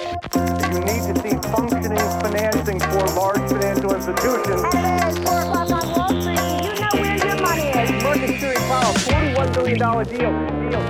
You need to see functioning financing for large financial institutions. Hello, it's 4 o'clock on Wall Street. You know where your money is. Market Series Powell, $41 billion deal.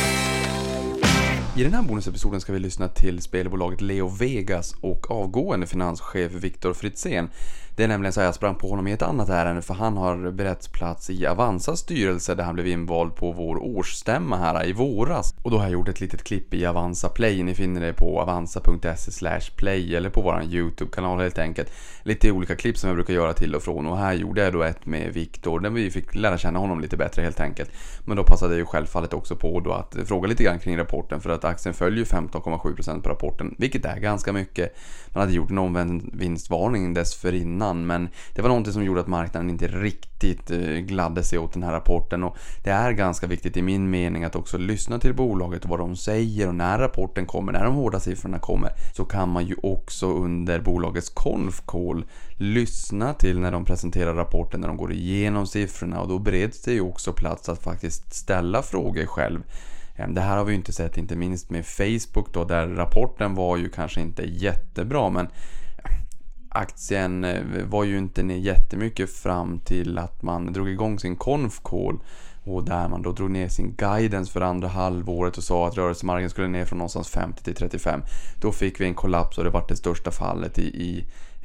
I den här bonusepisoden ska vi lyssna till spelbolaget Leo Vegas och avgående finanschef Viktor Fritzén. Det är nämligen så att jag sprang på honom i ett annat ärende, för han har beretts plats i Avanzas styrelse där han blev invald på vår årsstämma här i våras. Och då har jag gjort ett litet klipp i Avanza Play. Ni finner det på avanza.se/play eller på vår YouTube-kanal helt enkelt. Lite olika klipp som jag brukar göra till och från, och här gjorde jag då ett med Viktor där vi fick lära känna honom lite bättre helt enkelt. Men då passade jag ju självfallet också på då att fråga lite grann kring rapporten, för att aktien följer 15,7% på rapporten, vilket är ganska mycket. Man hade gjort en omvänd vinstvarning dessförinnan, men det var någonting som gjorde att marknaden inte riktigt gladde sig åt den här rapporten, och det är ganska viktigt i min mening att också lyssna till bolaget och vad de säger, och när rapporten kommer, när de hårda siffrorna kommer, så kan man ju också under bolagets conf call lyssna till när de presenterar rapporten, när de går igenom siffrorna, och då bereds det ju också plats att faktiskt ställa frågor själv. Det här har vi ju inte sett, inte minst med Facebook då, där rapporten var ju kanske inte jättebra, men aktien var ju inte ner jättemycket fram till att man drog igång sin conf call, och där man då drog ner sin guidance för andra halvåret och sa att rörelsemarginalen skulle ner från någonstans 50 till 35. Då fick vi en kollaps och det var det största fallet i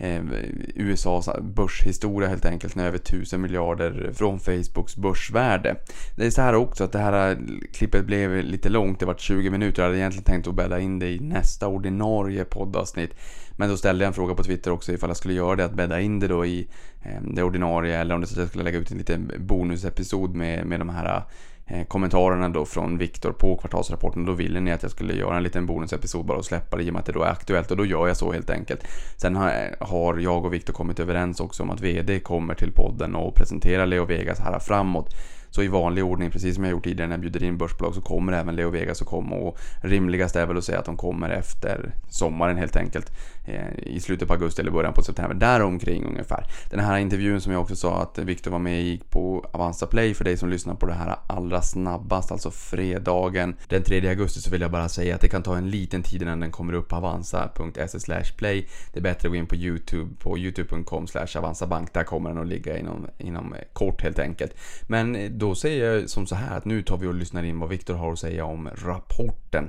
USAs börshistoria helt enkelt, när över 1000 miljarder från Facebooks börsvärde. Det är så här också att det här klippet blev lite långt, det var 20 minuter. Jag hade egentligen tänkt att bädda in det i nästa ordinarie poddavsnitt, men då ställde jag en fråga på Twitter också ifall jag skulle göra det, att bädda in det då i det ordinarie, eller om det så att jag skulle lägga ut en liten bonusepisod med de här kommentarerna då från Viktor på kvartalsrapporten. Då ville ni att jag skulle göra en liten bonusepisod bara och släppa det i och med att det då är aktuellt, och då gör jag så helt enkelt. Sen har jag och Viktor kommit överens också om att vd kommer till podden och presenterar Leo Vegas här framåt. Så i vanlig ordning, precis som jag gjort tidigare när jag bjuder in börsbolag, så kommer även Leo Vegas att komma, och rimligast är väl att säga att de kommer efter sommaren helt enkelt, i slutet på augusti eller början på september, där omkring ungefär. Den här intervjun som jag också sa att Viktor var med i på Avanza Play, för dig som lyssnar på det här allra snabbast, alltså fredagen den 3 augusti, så vill jag bara säga att det kan ta en liten tid innan den kommer upp på avanza.se/play. Det är bättre att gå in på YouTube, på youtube.com/avanzabank, där kommer den att ligga inom kort helt enkelt. Men då säger jag som så här att nu tar vi och lyssnar in vad Viktor har att säga om rapporten.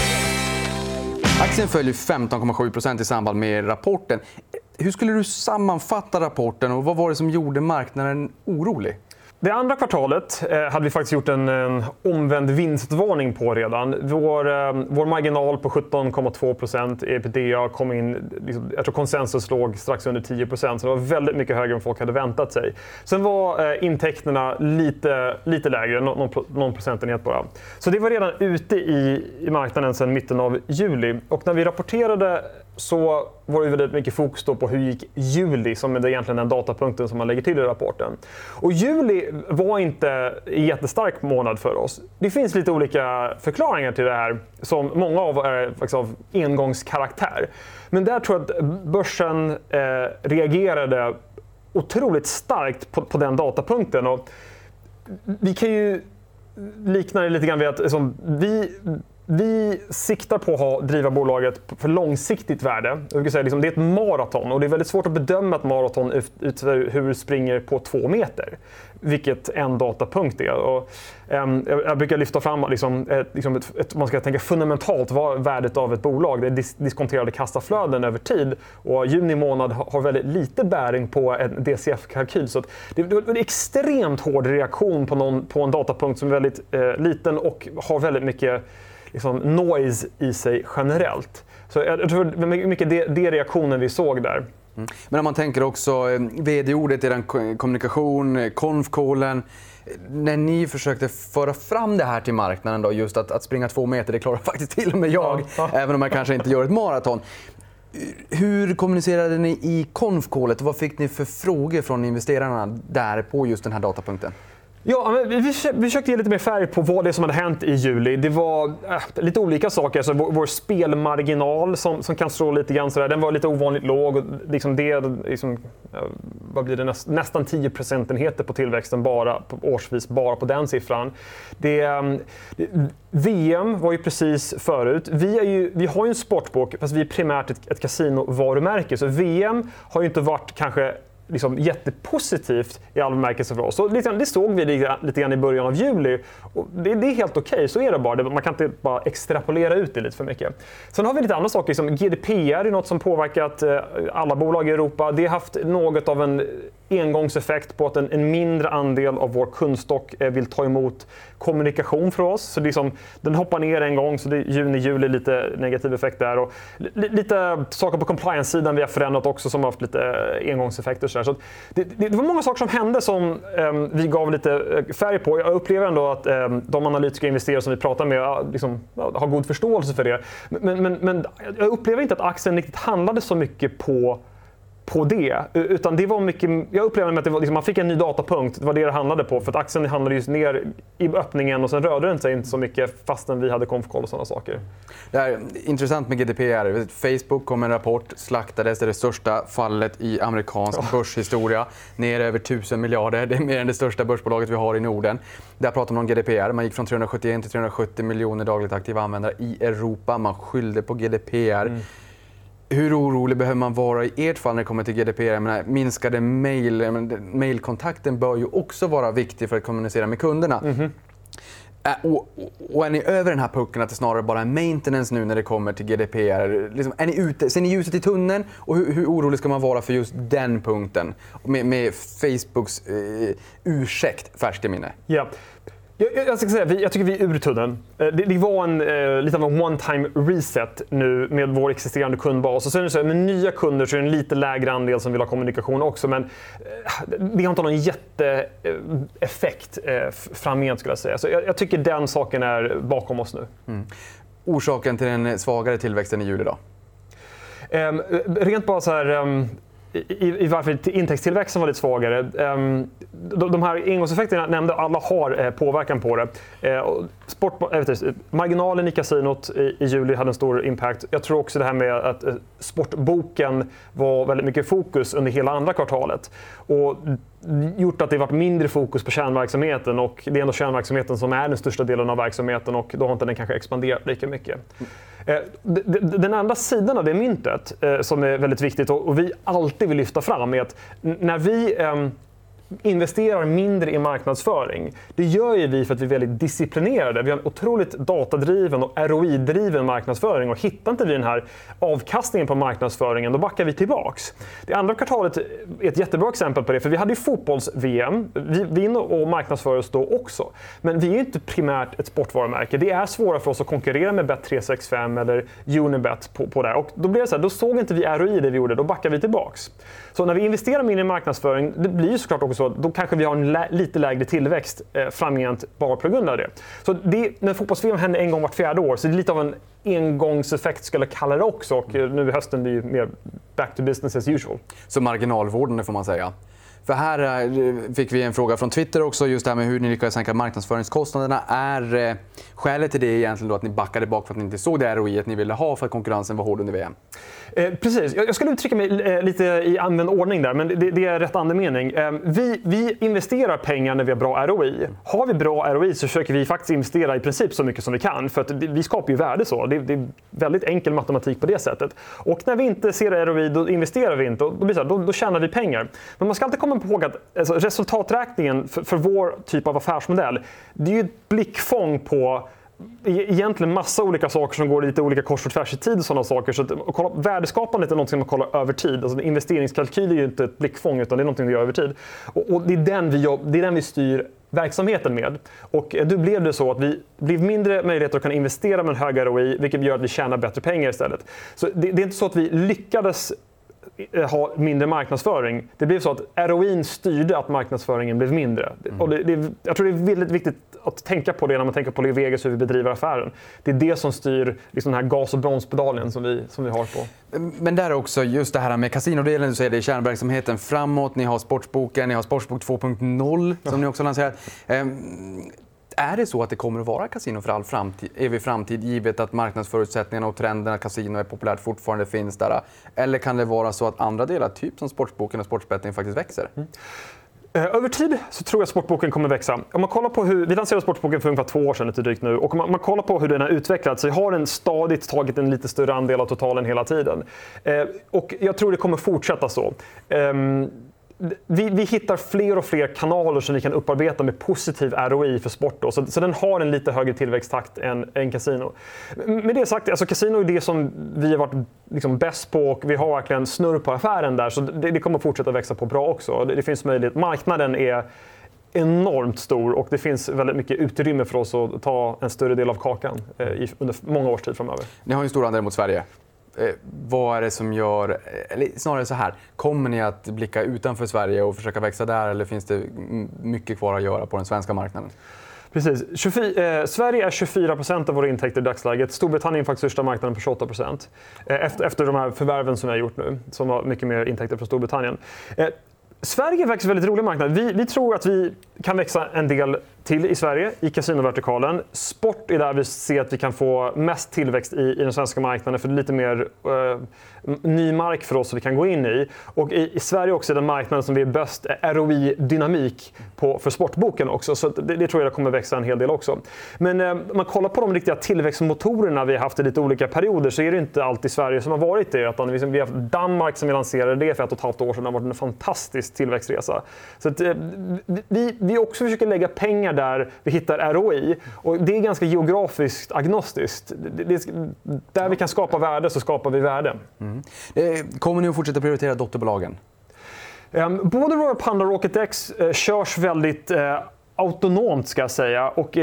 Aktien följer 15,7% i samband med rapporten. Hur skulle du sammanfatta rapporten, och vad var det som gjorde marknaden orolig? Det andra kvartalet hade vi faktiskt gjort en omvänd vinstvarning på redan. Vår marginal på 17,2%, EBITDA kom in, jag tror konsensus låg strax under 10%, så det var väldigt mycket högre än folk hade väntat sig. Sen var intäkterna lite lägre, någon procentenhet bara. Så det var redan ute i marknaden sedan mitten av juli, och när vi rapporterade så var det väldigt mycket fokus då på hur gick juli, som är egentligen den datapunkten som man lägger till i rapporten. Och juli var inte en jättestark månad för oss. Det finns lite olika förklaringar till det här, som många av är faktiskt av engångskaraktär. Men där tror jag att börsen reagerade otroligt starkt på den datapunkten. Och vi kan ju likna det lite grann vid att vi siktar på att driva bolaget för långsiktigt värde. Jag säga, det är ett maraton, och det är väldigt svårt att bedöma ett maraton ut hur du springer på 2 meter. Vilket en datapunkt är. Och, jag brukar lyfta fram man ska tänka fundamentalt vad värdet av ett bolag. Det är diskonterade kassaflöden över tid. Och juni månad har väldigt lite bäring på en DCF-kalkyl. Så det är en extremt hård reaktion på en datapunkt som är väldigt liten och har väldigt mycket noise i sig generellt. Så jag tror det är mycket det reaktionen vi såg där. Men om man tänker också vd-ordet i den kommunikation, konf-callen, när ni försökte föra fram det här till marknaden då, just att springa 2 meter, det klarar faktiskt till och med jag, även om jag kanske inte gör ett maraton. Hur kommunicerade ni i konf-callet och vad fick ni för frågor från investerarna där på just den här datapunkten? Ja, men vi försökte ge lite mer färg på vad det är som hade hänt i juli. Det var lite olika saker. Alltså, vår spelmarginal som kan slå lite grann sådär, den var lite ovanligt låg. Och vad blir det, nästan 10 procentenheter på tillväxten årsvis bara på den siffran. VM var ju precis förut. Vi har ju en sportbok, fast vi är primärt ett kasinovarumärke. Så VM har ju inte varit kanske jättepositivt i all bemärkelse för oss. Så det såg vi lite grann i början av juli. Och det är helt okej, så är det bara. Man kan inte bara extrapolera ut det lite för mycket. Sen har vi lite andra saker, som GDPR är något som påverkat alla bolag i Europa. Det har haft något av en engångseffekt på att en mindre andel av vår kundstock vill ta emot kommunikation för oss. Så den hoppar ner en gång, så det är juni-juli lite negativ effekt där. Och lite saker på compliance-sidan vi har förändrat också som har haft lite engångseffekter. Så det var många saker som hände som vi gav lite färg på. Jag upplever ändå att de analytiska investerare som vi pratar med har god förståelse för det. Men jag upplever inte att aktien riktigt handlade så mycket på det, utan det var mycket, jag upplevde att det var, man fick en ny datapunkt, det var det handlade på, för att aktien handlade just ner i öppningen och sen rörde den sig inte så mycket fastän vi hade konfkoll och sådana saker. Det är intressant med GDPR. Facebook kom med en rapport, slaktades, det största fallet i amerikansk börshistoria, ner över 1000 miljarder, det är mer än det största börsbolaget vi har i Norden. Där pratar man om GDPR, man gick från 371 till 370 miljoner dagligt aktiva användare i Europa, man skyllde på GDPR. Hur orolig behöver man vara i ert fall när det kommer till GDPR? Jag menar, minskade mailkontakten bör ju också vara viktig för att kommunicera med kunderna. Och är ni över den här pucken att det snarare bara är maintenance nu när det kommer till GDPR? Är ni ute, ser ni ljuset i tunneln? Och hur orolig ska man vara för just den punkten? Med Facebooks ursäkt färskt i minne. Ja. Jag tycker vi är ur tunneln. Det var lite av en one-time reset nu med vår existerande kundbas. Och sen är det så, med nya kunder så är det en lite lägre andel som vill ha kommunikation också. Men det har inte någon jätteeffekt framgent, skulle jag säga. Så jag tycker den saken är bakom oss nu. Orsaken till den svagare tillväxten i juli då? Rent bara så här... I varför intäktstillväxten var lite svagare. De här engångseffekterna jag nämnde, alla har påverkan på det. Marginalen i kasinot i juli hade en stor impact. Jag tror också det här med att sportboken var väldigt mycket fokus under hela andra kvartalet. Och gjort att det varit mindre fokus på kärnverksamheten, och det är ändå kärnverksamheten som är den största delen av verksamheten, och då har inte den kanske expanderat lika mycket. Den andra sidan av det myntet som är väldigt viktigt och vi alltid vill lyfta fram är att när vi investerar mindre i marknadsföring, det gör ju vi för att vi är väldigt disciplinerade. Vi har en otroligt datadriven och ROI-driven marknadsföring, och hittar inte vi den här avkastningen på marknadsföringen, då backar vi tillbaks. Det andra kvartalet är ett jättebra exempel på det, för vi hade ju fotbolls-VM, vi och marknadsför oss då också. Men vi är ju inte primärt ett sportvarumärke. Det är svårare för oss att konkurrera med Bet365 eller Unibet på det. Och då blev det så här, då såg inte vi ROI det vi gjorde, då backar vi tillbaks. Så när vi investerar mindre i marknadsföring, det blir ju såklart också så att då kanske vi har en lite lägre tillväxt framgent bara på grund av det. Så när fotbolls-VM händer en gång vart 4:e år, så det är lite av en engångseffekt skulle jag kalla det också. Och nu i hösten blir det mer back to business as usual. Så marginalvården får man säga. För här fick vi en fråga från Twitter också, just det här med hur ni lyckades sänka marknadsföringskostnaderna. Är skälet till det egentligen då att ni backade bak för att ni inte såg det ROI ni ville ha för att konkurrensen var hård under VM? Precis. Jag skulle uttrycka mig lite i använd ordning där, men det är rätt andemening. Vi investerar pengar när vi har bra ROI. Har vi bra ROI så försöker vi faktiskt investera i princip så mycket som vi kan, för att vi skapar ju värde så. Det är väldigt enkel matematik på det sättet. Och när vi inte ser ROI, då investerar vi inte, och då tjänar vi pengar. Men man ska alltid komma ihåg att resultaträkningen för vår typ av affärsmodell, det är ju ett blickfång på egentligen massa olika saker som går lite olika kors och tvärs i tid och sådana saker. Så att värdeskapandet är något som man kollar över tid. Alltså investeringskalkyl är ju inte ett blickfång, utan det är något vi gör över tid. Och det är den vi styr verksamheten med. Och då blev det så att vi blev mindre möjligheter att kunna investera med en hög ROI, vilket gör att vi tjänar bättre pengar istället. Så det är inte så att vi lyckades ha mindre marknadsföring. Det blev så att ROI:n styrde att marknadsföringen blev mindre. Och jag tror det är väldigt viktigt att tänka på det när man tänker på LeoVegas, hur vi bedriver affären. Det är det som styr liksom den här gas- och bromspedalen som vi har på. Men där också, just det här med kasinodelen, så är det kärnverksamheten framåt. Ni har Sportsboken, ni har Sportsbok 2.0 som ni också lanserat. Är det så att det kommer att vara kasino för all framtid, evig framtid, givet att marknadsförutsättningarna och trenderna kasino är populärt fortfarande finns där? Eller kan det vara så att andra delar, typ som Sportsboken och sportsbetting, faktiskt växer? Över tid så tror jag att Sportboken kommer växa. Om man kollar på vi lanserade Sportboken för ungefär 2 år sedan, lite drygt nu. Och om man kollar på hur den har utvecklats så har den stadigt tagit en lite större andel av totalen hela tiden. Och jag tror det kommer fortsätta så. Vi hittar fler och fler kanaler som vi kan upparbeta med positiv ROI för sport. Då. Så den har en lite högre tillväxttakt än kasino. Med det sagt, alltså kasino är det som vi har varit liksom bäst på och vi har verkligen snurr på affären där. Så det kommer fortsätta växa på bra också. Det finns möjlighet. Marknaden är enormt stor och det finns väldigt mycket utrymme för oss att ta en större del av kakan under många års tid framöver. Ni har en stor andel mot Sverige. Vad är det som gör, eller snarare så här, kommer ni att blicka utanför Sverige och försöka växa där, eller finns det mycket kvar att göra på den svenska marknaden? Precis. Sverige är 24% av våra intäkter i dagsläget. Storbritannien är faktiskt största marknaden på 28%. Efter de här förvärven som vi har gjort nu, som har mycket mer intäkter från Storbritannien. Sverige är faktiskt en väldigt rolig marknad. Vi tror att vi kan växa en del till i Sverige i kasinovertikalen. Sport är där vi ser att vi kan få mest tillväxt i den svenska marknaden, för det är lite mer ny mark för oss som vi kan gå in i. Och i Sverige också är den marknaden som vi är bäst ROI-dynamik för Sportboken också. Så det tror jag kommer växa en hel del också. Men om man kollar på de riktiga tillväxtmotorerna vi har haft i lite olika perioder så är det inte alltid Sverige som har varit det. Utan vi har haft Danmark som vi lanserade det för 1,5 år sedan. Det har varit en fantastisk tillväxtresa. Så att, vi också försöker lägga pengar där vi hittar ROI. Och det är ganska geografiskt agnostiskt. Där vi kan skapa värde så skapar vi värde. Kommer ni att fortsätta prioritera dotterbolagen? Både Royal Panda och Rocket X körs väldigt autonomt, ska jag säga. Och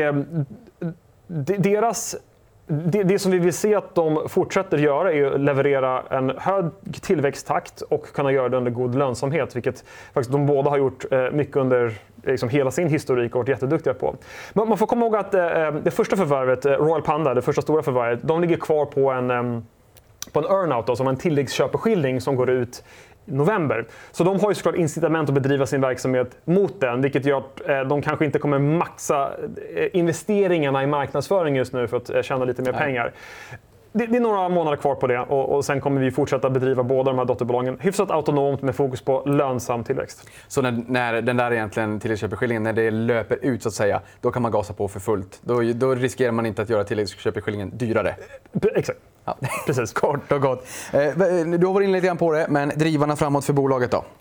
det som vi vill se att de fortsätter göra är att leverera en hög tillväxttakt och kunna göra det under god lönsamhet, vilket faktiskt de båda har gjort mycket under liksom hela sin historik och varit jätteduktiga på. Men man får komma ihåg att det första förvärvet, Royal Panda, det första stora förvärvet, de ligger kvar på en earnout, då, som en tilläggsköpeskilling som går ut i november. Så de har ju såklart incitament att bedriva sin verksamhet mot den, vilket gör att de kanske inte kommer maxa investeringarna i marknadsföring just nu för att tjäna lite mer pengar. Det är några månader kvar på det och sen kommer vi fortsätta bedriva båda de här dotterbolagen hyfsat autonomt med fokus på lönsam tillväxt. Så när den där egentligen tilläggsköpeskillingen, när det löper ut så att säga, då kan man gasa på för fullt? Då riskerar man inte att göra tilläggsköpeskillingen dyrare? Exakt. Ja. Precis. Kort och gott. Du har varit inne lite grann på det, men drivarna framåt för bolaget då?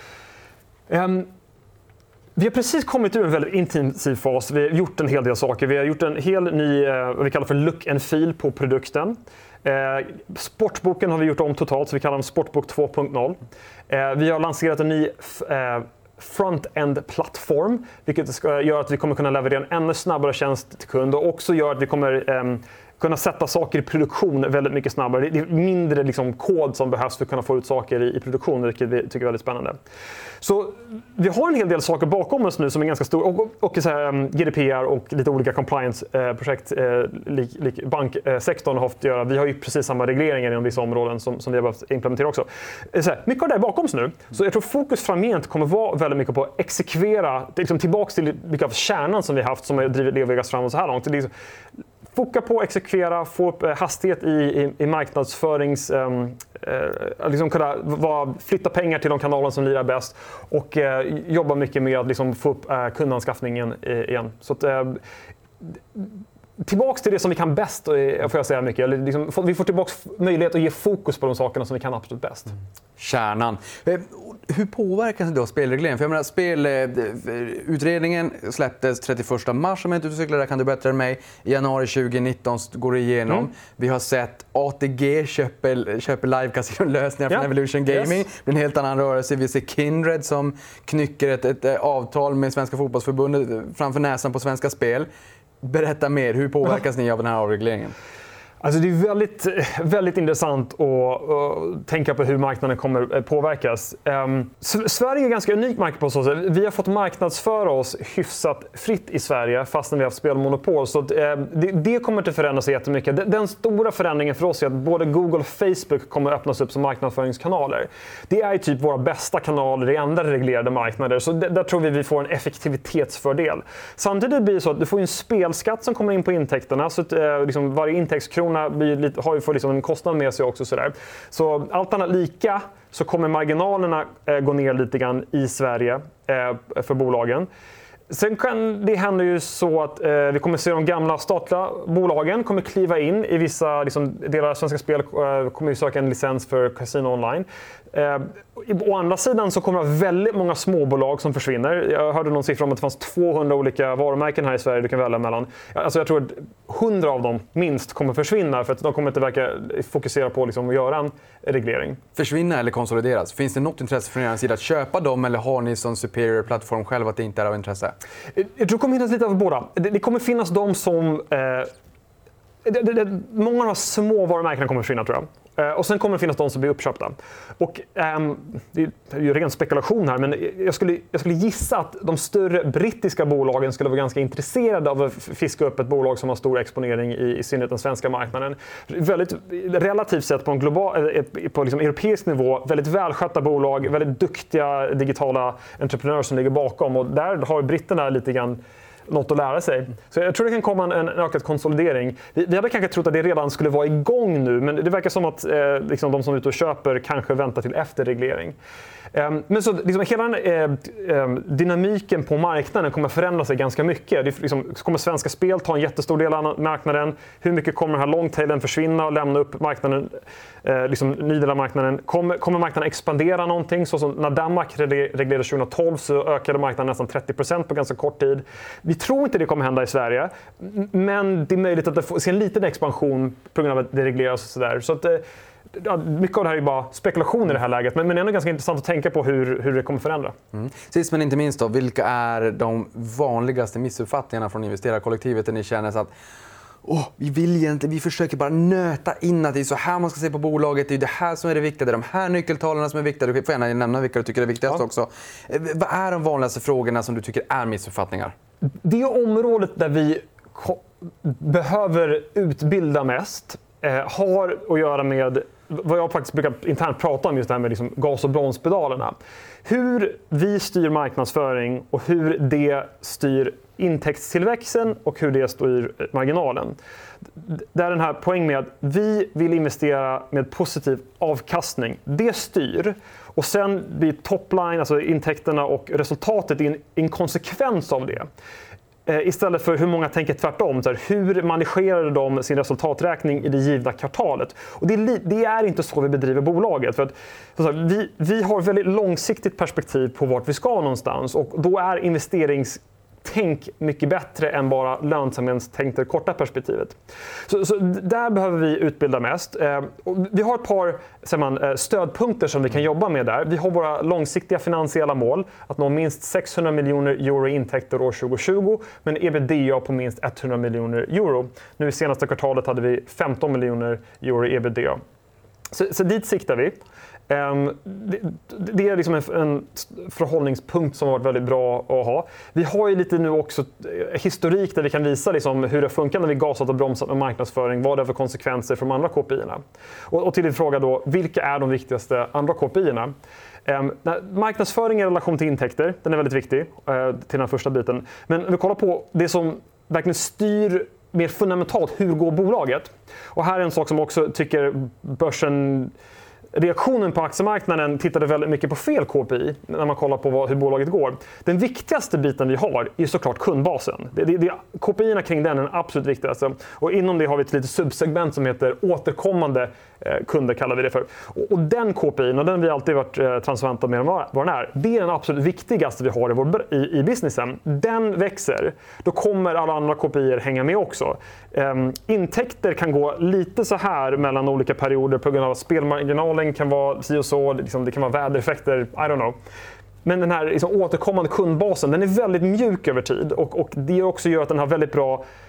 Vi har precis kommit ur en väldigt intensiv fas. Vi har gjort en hel del saker. Vi har gjort en hel ny, vad vi kallar för look and feel på produkten. Sportboken har vi gjort om totalt, så vi kallar den Sportbok 2.0. Vi har lanserat en ny front-end-plattform, vilket gör att vi kommer kunna leverera en ännu snabbare tjänst till kund och också gör att vi kommer kunna sätta saker i produktion väldigt mycket snabbare. Det är mindre liksom kod som behövs för att kunna få ut saker i produktion, vilket vi tycker är väldigt spännande. Så vi har en hel del saker bakom oss nu som är ganska stora, och så här, GDPR och lite olika compliance-projekt banksektorn har haft att göra. Vi har ju precis samma regleringar inom vissa områden som vi har behövt implementera också. Så här, mycket av det är bakom oss nu, så jag tror fokus framgent kommer vara väldigt mycket på att exekvera, liksom tillbaka till mycket av kärnan som vi har haft som har drivit LeoVegas framåt så här långt. Foka på att exekvera, få upp hastighet i marknadsförings... liksom kunna flytta pengar till de kanaler som lirar bäst och jobba mycket med att liksom få upp kundanskaffningen igen. Så att, tillbaks till det som vi kan bäst, får jag säga mycket. Liksom, vi får tillbaka möjlighet att ge fokus på de sakerna som vi kan absolut bäst. Kärnan. Hur påverkas då spelregleringen? För jag menar, spelutredningen släpptes 31 mars, om jag inte utcyklar, där kan du bättre än mig. I januari 2019 går det igenom. Vi har sett ATG köper live-casino-lösningar från Evolution Gaming. Yes. Det är en helt annan rörelse. Vi ser Kindred som knycker ett avtal med Svenska fotbollsförbundet framför näsan på Svenska Spel. Berätta mer, hur påverkas ni av den här avregleringen? Alltså det är väldigt, väldigt intressant att tänka på hur marknaden kommer påverkas. Sverige är ganska unik marknad på så sätt. Vi har fått marknadsföra oss hyfsat fritt i Sverige fast när vi har haft spelmonopol. Så det kommer inte förändra sig jättemycket. Den stora förändringen för oss är att både Google och Facebook kommer öppnas upp som marknadsföringskanaler. Det är typ våra bästa kanaler i andra reglerade marknader. Så där tror vi får en effektivitetsfördel. Samtidigt blir det så att du får en spelskatt som kommer in på intäkterna. Så att, liksom, varje intäktskrona får liksom en kostnad med sig också. Så allt annat lika så kommer marginalerna gå ner lite grann i Sverige för bolagen. Sen kan det hända ju så att vi kommer se de gamla statliga bolagen kommer kliva in i vissa delar av Svenska Spel kommer ju söka en licens för Casino Online. Å andra sidan så kommer det vara väldigt många småbolag som försvinner. Jag hörde någon siffra om att det fanns 200 olika varumärken här i Sverige du kan välja mellan. Alltså jag tror att 100 av dem minst kommer försvinna för att de kommer inte verka fokusera på att göra en reglering. Försvinna eller konsolideras? Finns det något intresse från er sida att köpa dem eller har ni som superior plattform själv att det inte är av intresse? Jag tror det kommer finnas lite av båda. Det kommer finnas de som... många av de små varumärkena kommer försvinna tror jag. Och sen kommer det finnas de som blir uppköpta. Och, det är ju ren spekulation här, men jag skulle gissa att de större brittiska bolagen skulle vara ganska intresserade av att fiska upp ett bolag som har stor exponering i synnerhet den svenska marknaden. Väldigt, relativt sett på en på europeisk nivå, väldigt välskötta bolag, väldigt duktiga digitala entreprenörer som ligger bakom. Och där har britterna lite grann något att lära sig. Så jag tror det kan komma en ökad konsolidering. Vi hade kanske trott att det redan skulle vara igång nu, men det verkar som att de som är ute och köper kanske väntar till efter reglering. Men så hela dynamiken på marknaden kommer förändra sig ganska mycket. Kommer Svenska Spel ta en jättestor del av marknaden? Hur mycket kommer den här longtailen försvinna och lämna upp marknaden, ny del av marknaden? Kommer marknaden expandera någonting? Så som när Danmark reglerade 2012 så ökade marknaden nästan 30% på ganska kort tid. Vi tror inte det kommer hända i Sverige, men det är möjligt att det får se en liten expansion på grund av att det regleras och sådär. Så att mycket av det här är bara spekulation i det här läget, men ändå ganska intressant att tänka på hur det kommer förändra. Sist men inte minst då, vilka är de vanligaste missuppfattningarna från investerarkollektivet där ni känner så att vi försöker bara nöta in att det är så här man ska se på bolaget, det är det här som är det viktiga, det är de här nyckeltalen som är viktiga. Du får gärna nämna vilka du tycker är viktigast också. Vad är de vanligaste frågorna som du tycker är missuppfattningar? Det området där vi behöver utbilda mest har att göra med vad jag faktiskt brukar internt prata om, just det här med gas- och bromspedalerna. Hur vi styr marknadsföring och hur det styr intäktstillväxten och hur det styr marginalen. Det är den här poängen med att vi vill investera med positiv avkastning. Det styr. Och sen blir topline, alltså intäkterna och resultatet en konsekvens av det. Istället för hur många tänker tvärtom. Så här, hur managerar de sin resultaträkning i det givna kvartalet? Och det är inte så vi bedriver bolaget. För att, vi har väldigt långsiktigt perspektiv på vart vi ska någonstans. Och då är investeringstänk mycket bättre än bara lönsamhetstänk det korta perspektivet. Så där behöver vi utbilda mest. Vi har ett par stödpunkter som vi kan jobba med där. Vi har våra långsiktiga finansiella mål att nå minst 600 miljoner euro i intäkter år 2020 men ebitda på minst 100 miljoner euro. Nu i senaste kvartalet hade vi 15 miljoner euro i ebitda. Så dit siktar vi. Det är en förhållningspunkt som har varit väldigt bra att ha. Vi har ju lite nu också historik där vi kan visa hur det funkar när vi gasat och bromsat med marknadsföring. Vad det är för konsekvenser för de andra KPI-erna. Och till din fråga då, vilka är de viktigaste andra KPI-erna? Marknadsföring i relation till intäkter, den är väldigt viktig till den första biten. Men om vi kollar på det som verkligen styr mer fundamentalt, hur går bolaget? Och här är en sak som också tycker börsen... Reaktionen på aktiemarknaden tittade väldigt mycket på fel KPI när man kollar på hur bolaget går. Den viktigaste biten vi har är såklart kundbasen. KPI-erna kring den är den absolut viktigaste. Och inom det har vi ett litet subsegment som heter återkommande kunder kallar vi det för. Och den KPI:n, och den har vi alltid varit transparenta med vad den är, det är den absolut viktigaste vi har i businessen. Den växer, då kommer alla andra KPI:er hänga med också. Intäkter kan gå lite så här mellan olika perioder på grund av att spelmarginalen kan vara si och så, det kan vara vädereffekter, I don't know. Men den här återkommande kundbasen, den är väldigt mjuk över tid och det också gör att den har väldigt bra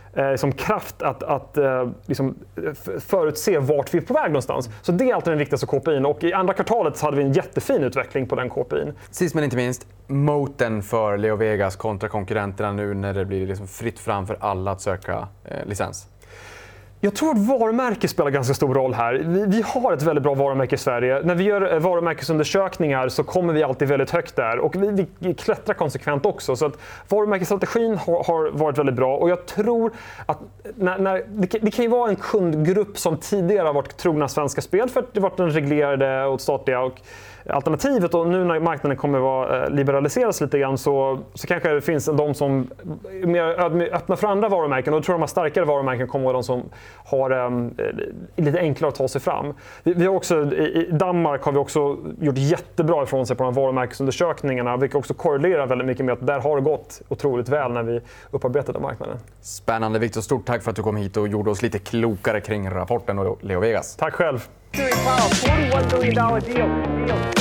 som kraft att liksom förutse vart vi är på väg någonstans. Så det är alltid den viktigaste KPI:n, och i andra kvartalet så hade vi en jättefin utveckling på den KPI:n. Sist men inte minst, moten för LeoVegas kontra konkurrenterna nu när det blir liksom fritt fram för alla att söka licens. Jag tror att varumärke spelar ganska stor roll här. Vi har ett väldigt bra varumärke i Sverige. När vi gör varumärkesundersökningar så kommer vi alltid väldigt högt där. Och vi klättrar konsekvent också. Så att varumärkesstrategin har varit väldigt bra. Och jag tror att det kan ju vara en kundgrupp som tidigare har varit trogna Svenska Spel för att det varit den reglerade och statliga och alternativet, och nu när marknaden kommer vara liberaliseras lite grann så kanske det finns de som är mer öppna för andra varumärken, och då tror jag de starkare varumärken kommer vara de som har lite enklare att ta sig fram. Vi har också, i Danmark har vi också gjort jättebra ifrån sig på de här varumärkesundersökningarna, vilket också korrelerar väldigt mycket med att där har det gått otroligt väl när vi upparbetade marknaden. Spännande, Viktor. Stort tack för att du kom hit och gjorde oss lite klokare kring rapporten och LeoVegas. Tack själv. $41 billion deal.